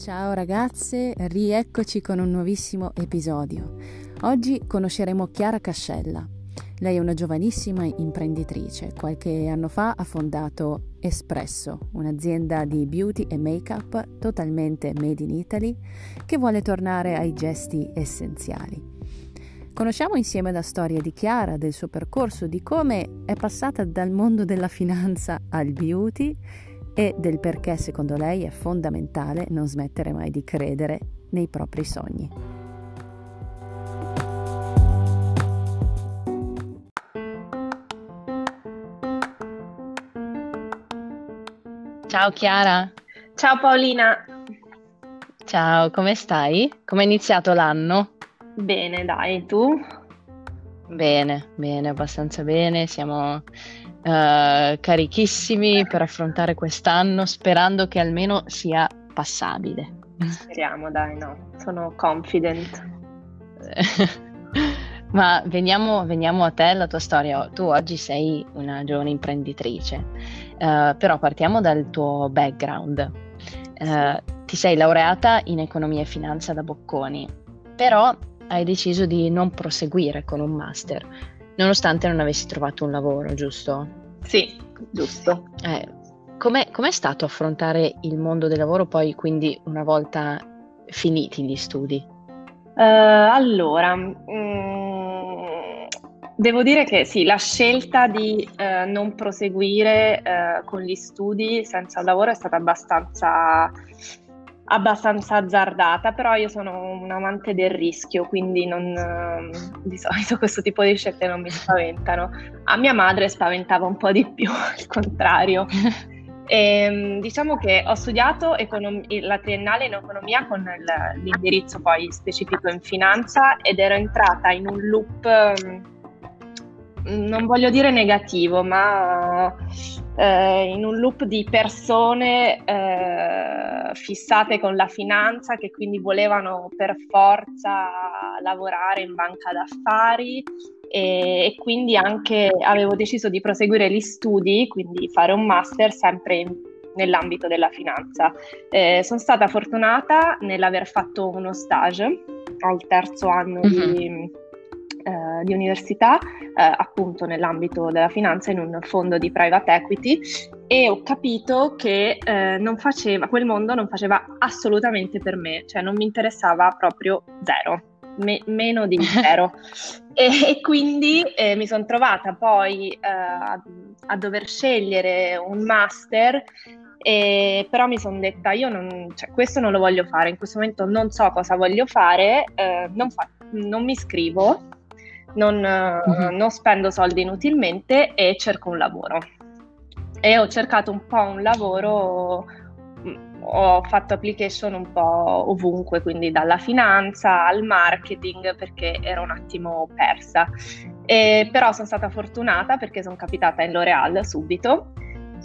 Ciao ragazze, rieccoci con un nuovissimo episodio. Oggi conosceremo Chiara Cascella. Lei è una giovanissima imprenditrice. Qualche anno fa ha fondato Espresso, un'azienda di beauty e make-up totalmente made in Italy che vuole tornare ai gesti essenziali. Conosciamo insieme la storia di Chiara, del suo percorso, di come è passata dal mondo della finanza al beauty e del perché secondo lei è fondamentale non smettere mai di credere nei propri sogni. Ciao Chiara. Ciao Paolina. Ciao, come stai? Come è iniziato l'anno? Bene, dai, tu? Bene, abbastanza bene. Siamo carichissimi per affrontare quest'anno, sperando che almeno sia passabile. Speriamo, dai, no, sono confident. Ma veniamo a te, alla tua storia. Tu oggi sei una giovane imprenditrice, però partiamo dal tuo background. Ti sei laureata in economia e finanza da Bocconi, però hai deciso di non proseguire con un master, nonostante non avessi trovato un lavoro, giusto? Sì, giusto. Com'è stato affrontare il mondo del lavoro poi, quindi una volta finiti gli studi? Allora, devo dire che sì, la scelta di non proseguire con gli studi senza un lavoro è stata abbastanza azzardata, però io sono un amante del rischio, quindi di solito questo tipo di scelte non mi spaventano. A mia madre spaventava un po' di più, al contrario. Diciamo che ho studiato la triennale in economia con l'indirizzo poi specifico in finanza ed ero entrata in un loop, non voglio dire negativo, ma in un loop di persone fissate con la finanza che quindi volevano per forza lavorare in banca d'affari e quindi anche avevo deciso di proseguire gli studi, quindi fare un master sempre nell'ambito della finanza. Sono stata fortunata nell'aver fatto uno stage al terzo anno di università, appunto nell'ambito della finanza in un fondo di private equity, e ho capito che quel mondo non faceva assolutamente per me, cioè non mi interessava proprio zero. Meno di zero e quindi mi sono trovata poi a dover scegliere un master, però mi sono detta questo non lo voglio fare, in questo momento non so cosa voglio fare, non mi iscrivo, non spendo soldi inutilmente e cerco un lavoro. E ho cercato un po' un lavoro, ho fatto application un po' ovunque, quindi dalla finanza al marketing, perché ero un attimo persa. Però sono stata fortunata perché sono capitata in L'Oréal subito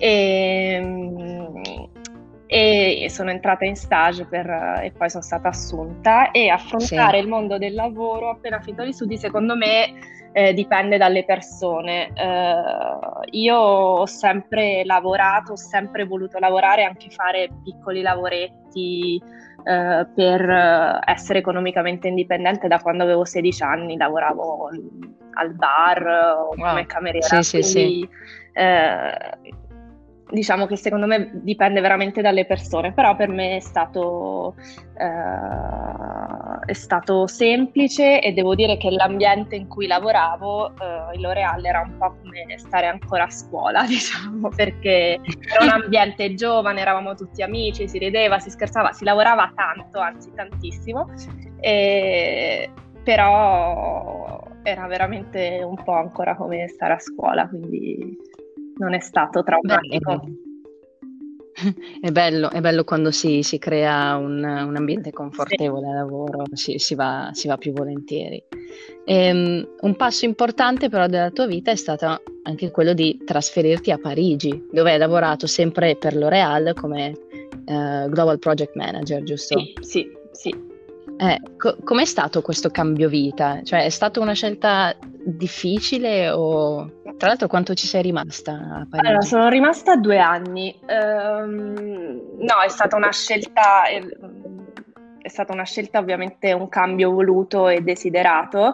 e sono entrata in stage e poi sono stata assunta, e affrontare il mondo del lavoro appena finito gli studi secondo me dipende dalle persone. Io ho sempre lavorato, ho sempre voluto lavorare, anche fare piccoli lavoretti per essere economicamente indipendente. Da quando avevo 16 anni lavoravo al bar o come cameriera, quindi diciamo che secondo me dipende veramente dalle persone, però per me è stato semplice, e devo dire che l'ambiente in cui lavoravo, il L'Oréal, era un po' come stare ancora a scuola, diciamo, perché era un ambiente giovane, eravamo tutti amici, si rideva, si scherzava, si lavorava tanto, anzi tantissimo, però era veramente un po' ancora come stare a scuola, quindi non è stato traumatico. È bello quando si crea un ambiente confortevole al lavoro, si va più volentieri. Un passo importante però della tua vita è stato anche quello di trasferirti a Parigi, dove hai lavorato sempre per L'Oréal come Global Project Manager, giusto? Sì. Com'è stato questo cambio vita? Cioè, è stata una scelta difficile o... Tra l'altro, quanto ci sei rimasta a Parigi? Allora, sono rimasta 2 anni. No, è stata una scelta è stata una scelta, ovviamente un cambio voluto e desiderato,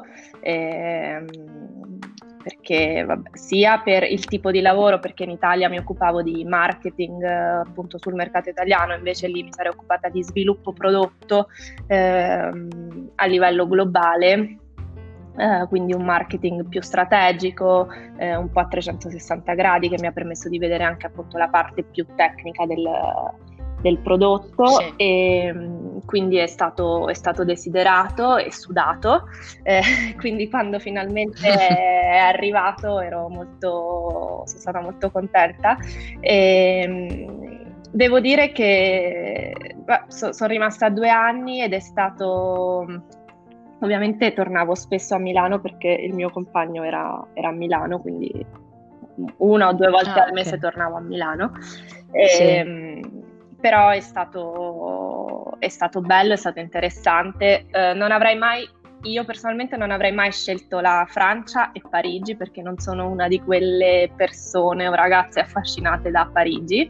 perché sia per il tipo di lavoro, perché in Italia mi occupavo di marketing appunto sul mercato italiano, invece lì mi sarei occupata di sviluppo prodotto a livello globale. Quindi un marketing più strategico, un po' a 360 gradi, che mi ha permesso di vedere anche appunto la parte più tecnica del prodotto, Sì. E quindi è stato desiderato e sudato, quindi quando finalmente è arrivato sono stata molto contenta. Devo dire che sono rimasta 2 anni ed è stato... Ovviamente tornavo spesso a Milano perché il mio compagno era a Milano, quindi 1 o 2 volte al mese tornavo a Milano. Però è stato bello, è stato interessante. Io personalmente non avrei mai scelto la Francia e Parigi, perché non sono una di quelle persone o ragazze affascinate da Parigi.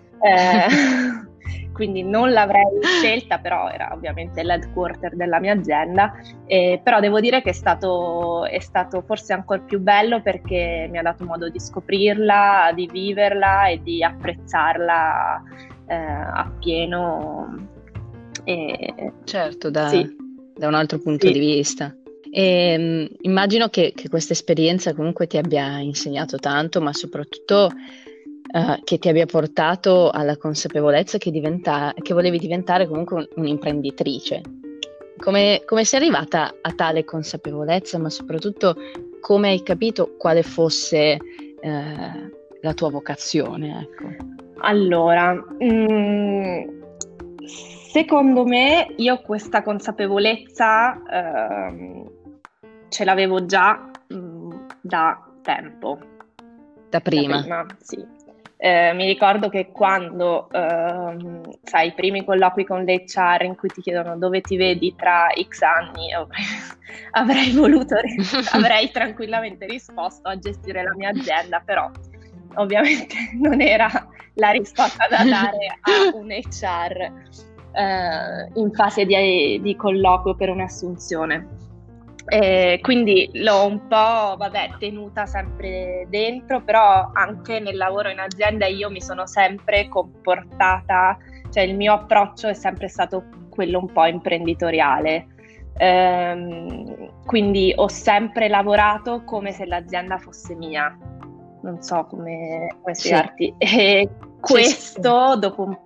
Quindi non l'avrei scelta, però era ovviamente l'headquarter della mia azienda, però devo dire che è stato forse ancora più bello, perché mi ha dato modo di scoprirla, di viverla e di apprezzarla appieno. Certo, sì. da un altro punto di vista. Immagino che questa esperienza comunque ti abbia insegnato tanto, ma soprattutto che ti abbia portato alla consapevolezza che volevi diventare comunque un'imprenditrice. Come sei arrivata a tale consapevolezza, ma soprattutto come hai capito quale fosse la tua vocazione, ecco? Allora, secondo me io questa consapevolezza ce l'avevo già da tempo. Da prima, sì. Mi ricordo che quando, sai, i primi colloqui con l'HR in cui ti chiedono dove ti vedi tra X anni, avrei tranquillamente risposto a gestire la mia azienda, però ovviamente non era la risposta da dare a un HR in fase di colloquio per un'assunzione. Quindi l'ho un po' tenuta sempre dentro, però anche nel lavoro in azienda io mi sono sempre comportata, cioè il mio approccio è sempre stato quello un po' imprenditoriale, quindi ho sempre lavorato come se l'azienda fosse mia, non so come spiegarti. E questo dopo un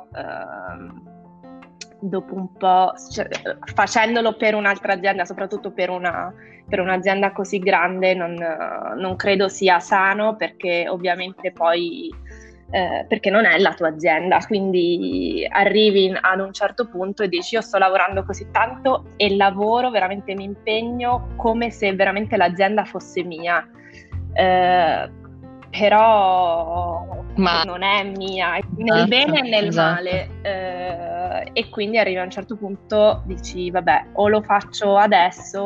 po', cioè, facendolo per un'altra azienda, soprattutto per un'azienda così grande, non credo sia sano, perché ovviamente poi perché non è la tua azienda, quindi arrivi ad un certo punto e dici: io sto lavorando così tanto e lavoro, veramente mi impegno come se veramente l'azienda fosse mia, però non è mia, nel bene e nel male, e quindi arrivi a un certo punto, dici vabbè, o lo faccio adesso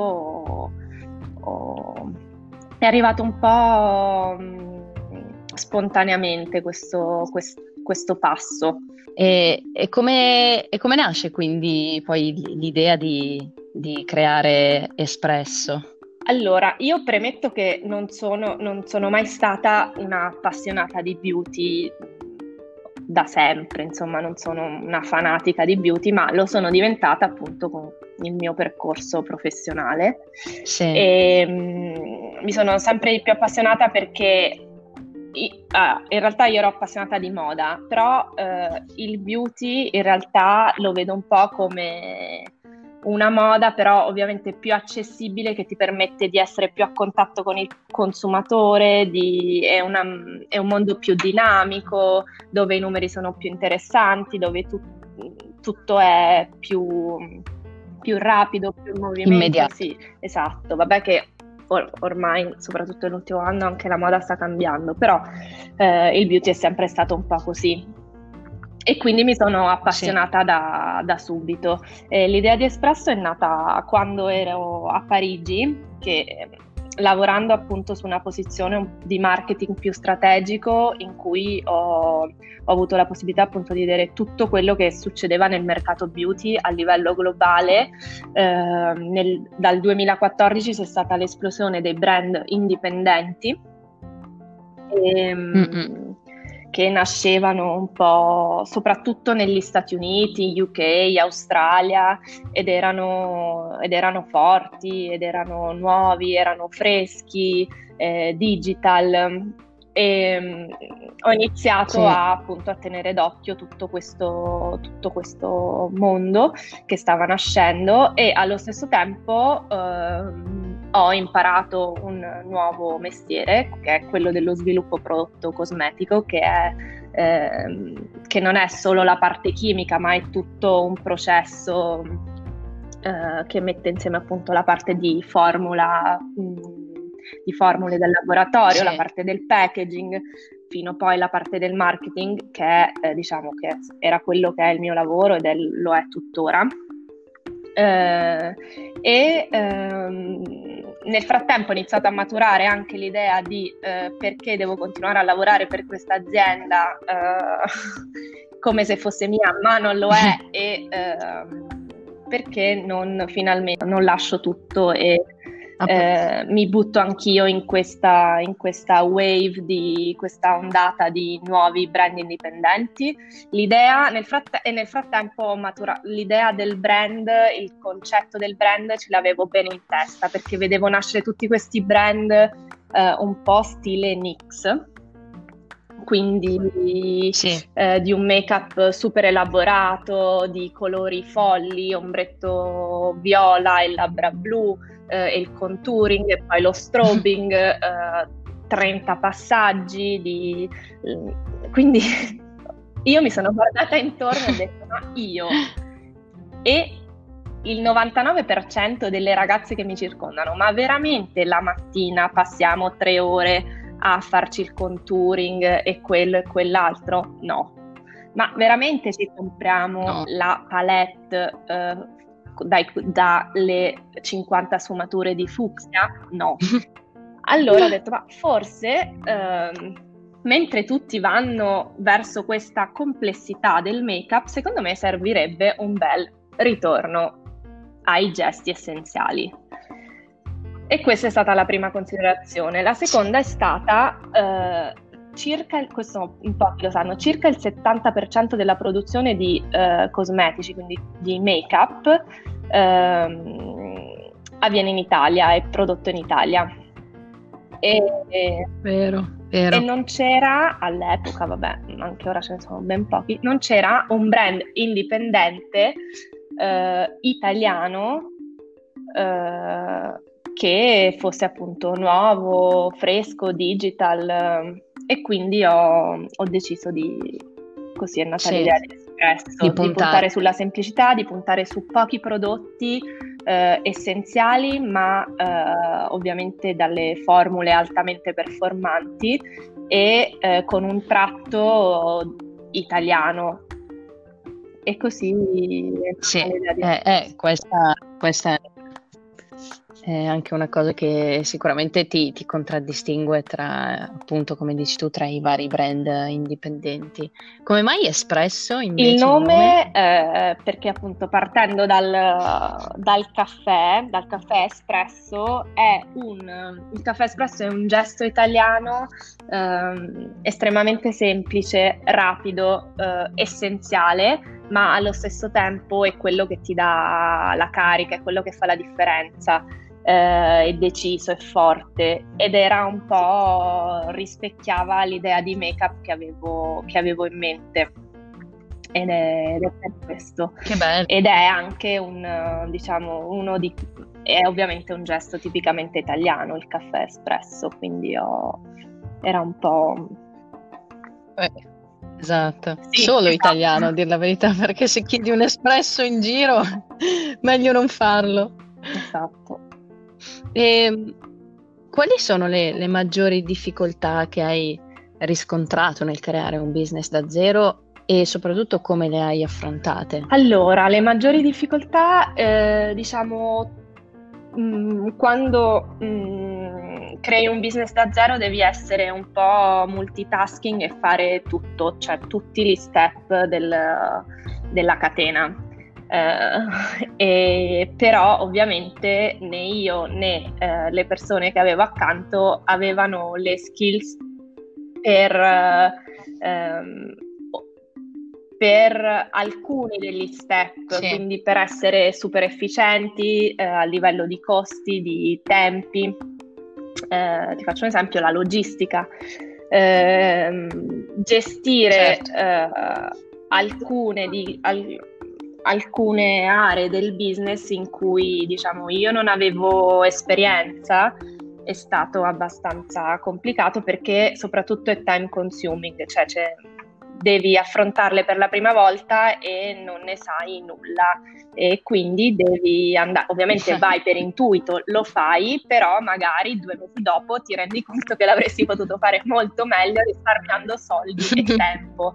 o... È arrivato un po' spontaneamente questo passo. E come nasce quindi poi l'idea di creare Espresso? Allora, io premetto che non sono mai stata una appassionata di beauty da sempre, insomma, non sono una fanatica di beauty, ma lo sono diventata appunto con il mio percorso professionale. Sì. E mi sono sempre di più appassionata perché in realtà io ero appassionata di moda, però il beauty in realtà lo vedo un po' come una moda, però ovviamente più accessibile, che ti permette di essere più a contatto con il consumatore, è un mondo più dinamico, dove i numeri sono più interessanti, dove tutto è più rapido, più in movimento. Immediato. Sì, esatto. Vabbè che ormai, soprattutto nell'ultimo anno, anche la moda sta cambiando, però il beauty è sempre stato un po' così. E quindi mi sono appassionata da subito. L'idea di Espresso è nata quando ero a Parigi, che lavorando appunto su una posizione di marketing più strategico, in cui ho avuto la possibilità appunto di vedere tutto quello che succedeva nel mercato beauty a livello globale. Dal 2014 c'è stata l'esplosione dei brand indipendenti che nascevano un po' soprattutto negli Stati Uniti, UK, Australia, ed erano forti, ed erano nuovi, erano freschi, digital. E ho iniziato appunto a tenere d'occhio tutto questo mondo che stava nascendo, e allo stesso tempo ho imparato un nuovo mestiere, che è quello dello sviluppo prodotto cosmetico, che non è solo la parte chimica, ma è tutto un processo che mette insieme appunto la parte di formule del laboratorio, la parte del packaging, fino poi alla parte del marketing, che diciamo che era quello che è il mio lavoro lo è tuttora. Nel frattempo ho iniziato a maturare anche l'idea di perché devo continuare a lavorare per questa azienda come se fosse mia, ma non lo è, e perché finalmente non lascio tutto e mi butto anch'io in questa wave, di questa ondata di nuovi brand indipendenti. L'idea nel frattempo ho maturato l'idea del brand, il concetto del brand ce l'avevo bene in testa, perché vedevo nascere tutti questi brand un po' stile NYX, quindi di un make-up super elaborato, di colori folli, ombretto viola e labbra blu, e il contouring e poi lo strobing, 30 passaggi quindi io mi sono guardata intorno e ho detto ma io e il 99% delle ragazze che mi circondano, ma veramente la mattina passiamo 3 ore a farci il contouring e quello e quell'altro? No. Ma veramente ci compriamo la palette dalle 50 sfumature di fucsia? No. Allora ho detto, ma forse mentre tutti vanno verso questa complessità del make-up, secondo me servirebbe un bel ritorno ai gesti essenziali. E questa è stata la prima considerazione. La seconda è stata questo un po' lo sanno, circa il 70% della produzione di cosmetici, quindi di make-up, avviene in Italia, è prodotto in Italia. Vero. E non c'era all'epoca, vabbè, anche ora ce ne sono ben pochi, non c'era un brand indipendente italiano che fosse appunto nuovo, fresco, digital, e quindi ho deciso così è nata l'idea dell'Espresso, di puntare sulla semplicità, di puntare su pochi prodotti essenziali, ma ovviamente dalle formule altamente performanti e con un tratto italiano. E così questa è anche una cosa che sicuramente ti contraddistingue tra, appunto, come dici tu, tra i vari brand indipendenti. Come mai Espresso invece? Il nome perché appunto partendo dal caffè espresso, il caffè espresso è un gesto italiano estremamente semplice, rapido, essenziale, ma allo stesso tempo è quello che ti dà la carica, è quello che fa la differenza. È deciso, è forte, ed era un po' rispecchiava l'idea di make-up che avevo in mente, ed è per questo. Che bello. Ed è anche è ovviamente un gesto tipicamente italiano, il caffè espresso, quindi era un po' esatto, solo italiano, a dir la verità, perché se chiedi un espresso in giro meglio non farlo. Esatto. E quali sono le maggiori difficoltà che hai riscontrato nel creare un business da zero, e soprattutto come le hai affrontate? Allora, le maggiori difficoltà, diciamo quando crei un business da zero devi essere un po' multitasking e fare tutto, cioè tutti gli step della catena. Però ovviamente né io né le persone che avevo accanto avevano le skills per alcuni degli step, Sì. quindi per essere super efficienti a livello di costi, di tempi. Ti faccio un esempio: la logistica. Gestire alcune aree del business in cui, diciamo, io non avevo esperienza è stato abbastanza complicato, perché soprattutto è time consuming, cioè devi affrontarle per la prima volta e non ne sai nulla, e quindi devi andare, ovviamente vai per intuito, lo fai, però magari 2 mesi dopo ti rendi conto che l'avresti potuto fare molto meglio risparmiando soldi e tempo.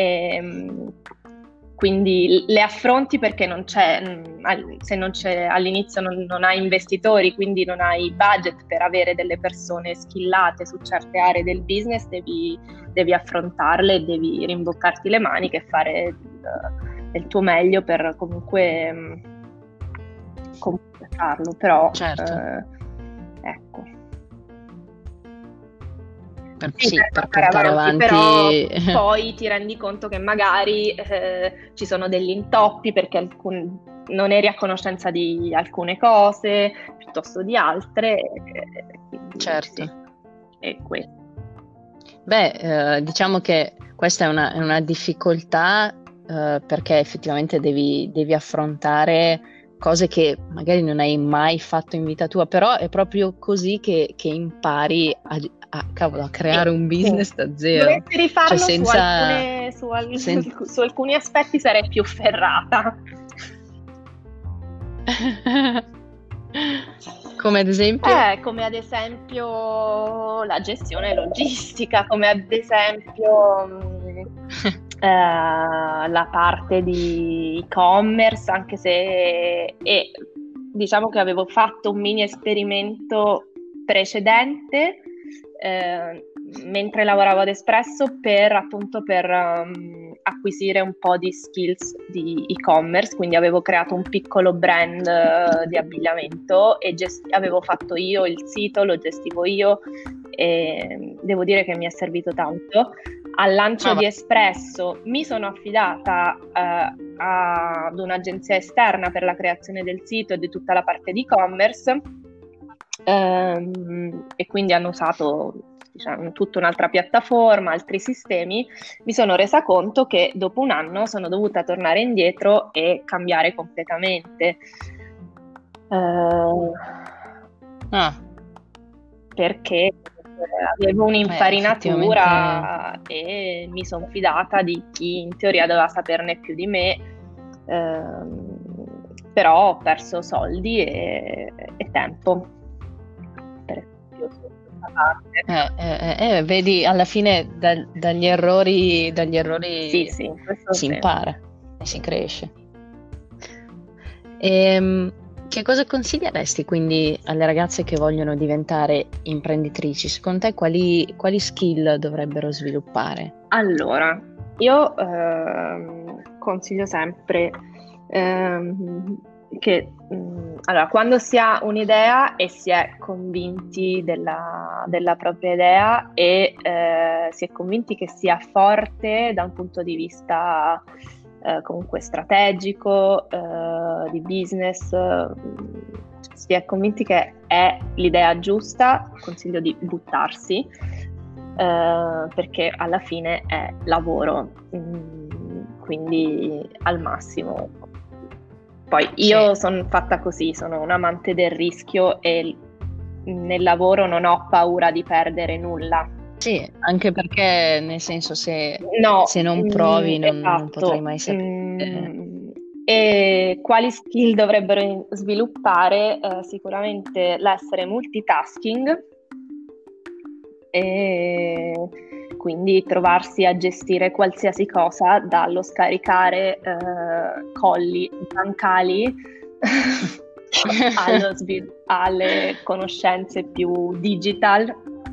Quindi le affronti perché non c'è, se non c'è all'inizio non hai investitori, quindi non hai budget per avere delle persone skillate su certe aree del business, devi affrontarle e devi rimboccarti le maniche e fare il tuo meglio per comunque farlo, però ecco. Per portare avanti. Però poi ti rendi conto che magari ci sono degli intoppi perché non eri a conoscenza di alcune cose piuttosto di altre. Quindi, certo. Sì, è questo. Diciamo che questa è una difficoltà perché effettivamente devi affrontare cose che magari non hai mai fatto in vita tua, però è proprio così che impari a creare un business da zero. Dovresti rifarlo, cioè, su alcuni aspetti sarei più ferrata. Come ad esempio? Come ad esempio la gestione logistica, come ad esempio la parte di e-commerce, anche se diciamo che avevo fatto un mini esperimento precedente mentre lavoravo ad Espresso per acquisire un po' di skills di e-commerce, quindi avevo creato un piccolo brand di abbigliamento e avevo fatto io il sito, lo gestivo io e devo dire che mi è servito tanto. Al lancio di Espresso mi sono affidata ad un'agenzia esterna per la creazione del sito e di tutta la parte di e-commerce. E quindi hanno usato, diciamo, tutta un'altra piattaforma, altri sistemi. Mi sono resa conto che dopo un anno sono dovuta tornare indietro e cambiare completamente perché avevo un'infarinatura e mi sono fidata di chi in teoria doveva saperne più di me, però ho perso soldi e tempo. Vedi, alla fine dagli errori sì, si impara e si cresce. Che cosa consiglieresti quindi alle ragazze che vogliono diventare imprenditrici? Secondo te quali skill dovrebbero sviluppare? Allora, io consiglio sempre che allora, quando si ha un'idea e si è convinti della propria idea e si è convinti che sia forte da un punto di vista comunque strategico, di business, si è convinti che è l'idea giusta, consiglio di buttarsi, perché alla fine è lavoro, quindi al massimo. Poi io sono fatta così, sono un amante del rischio e nel lavoro non ho paura di perdere nulla. Sì, anche perché nel senso se non provi non potrai mai sapere. E quali skill dovrebbero sviluppare? Sicuramente l'essere multitasking e quindi trovarsi a gestire qualsiasi cosa, dallo scaricare colli bancali alle conoscenze più digital,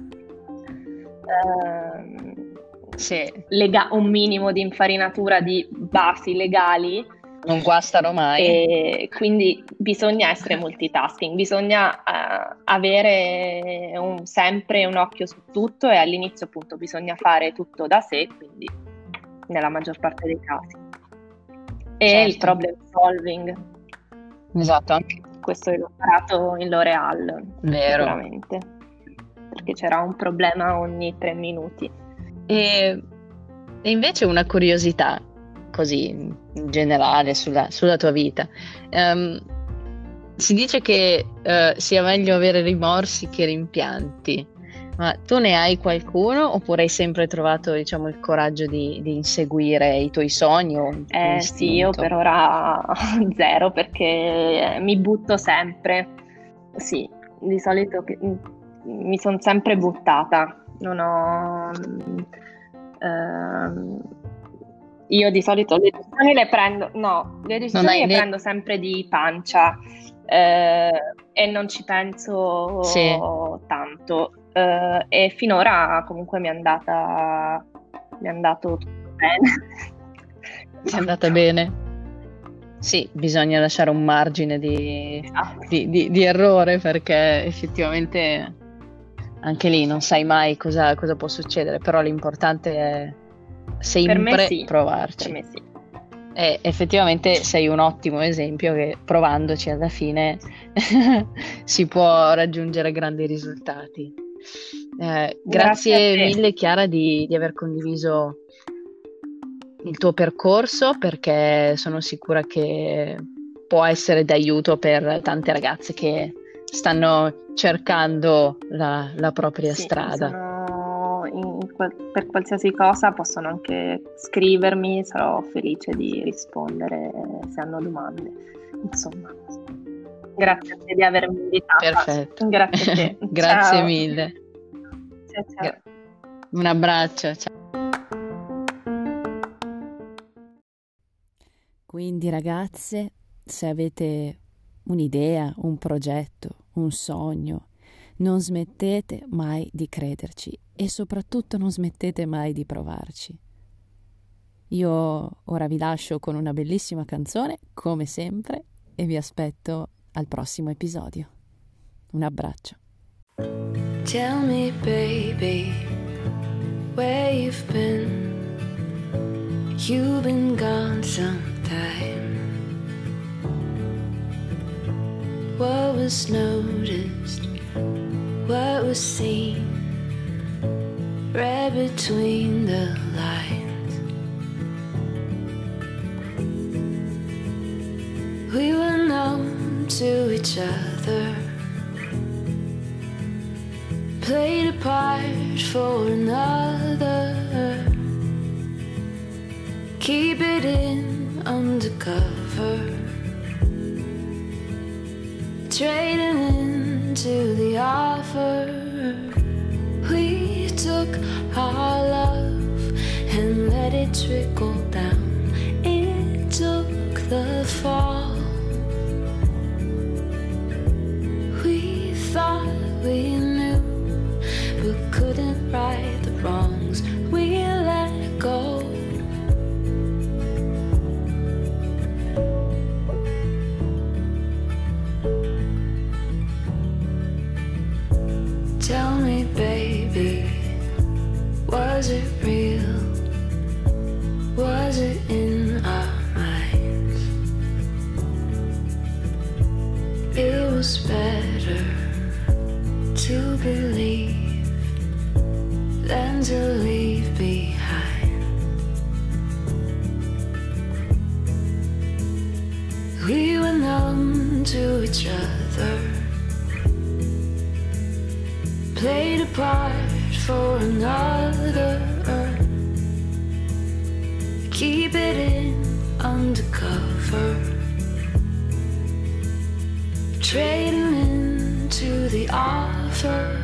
Sì, un minimo di infarinatura di basi legali. non guastano mai. E quindi bisogna essere multitasking, bisogna avere sempre un occhio su tutto, e all'inizio appunto bisogna fare tutto da sé, quindi nella maggior parte dei casi. E Certo. il problem solving, Esatto, anche questo l'ho imparato in L'Oreal, vero. sicuramente, perché c'era un problema ogni 3 minuti. E invece una curiosità, così in generale sulla tua vita. Si dice che sia meglio avere rimorsi che rimpianti, ma tu ne hai qualcuno oppure hai sempre trovato, diciamo, il coraggio di inseguire i tuoi sogni o il tuo Sì, io istinto? per ora zero, perché mi butto sempre. Sì, di solito mi sono sempre buttata. Non ho... io di solito le decisioni le prendo, prendo sempre di pancia, e non ci penso Sì. tanto, e finora comunque mi è andato tutto bene. Ti è andata bene? Sì, bisogna lasciare un margine di errore, perché effettivamente anche lì non sai mai cosa può succedere, però l'importante è sempre provarci. Per me sì. E effettivamente sei un ottimo esempio che provandoci alla fine si può raggiungere grandi risultati. Grazie mille Chiara di aver condiviso il tuo percorso, perché sono sicura che può essere d'aiuto per tante ragazze che stanno cercando la propria strada. Per qualsiasi cosa possono anche scrivermi, sarò felice di rispondere se hanno domande. Insomma, grazie a te di avermi invitata. Perfetto. Grazie a te. Grazie mille. Ciao. Un abbraccio. Ciao. Quindi ragazze, se avete un'idea, un progetto, un sogno, non smettete mai di crederci e soprattutto non smettete mai di provarci. Io ora vi lascio con una bellissima canzone, come sempre, e vi aspetto al prossimo episodio. Un abbraccio. Tell me, baby, where you've been. You've been gone some time. What was noticed, what was seen, read between the lines. We were known to each other, played a part for another. Keep it in undercover, trading into the offer. We took our love and let it trickle down. It took the fall. We thought we knew, but couldn't right the wrongs. We let go. Tell me, baby, was it real? Was it in our minds? It was better to believe than to leave behind. We were numb to each other, played a part for another. Keep it in undercover, trading into the offer.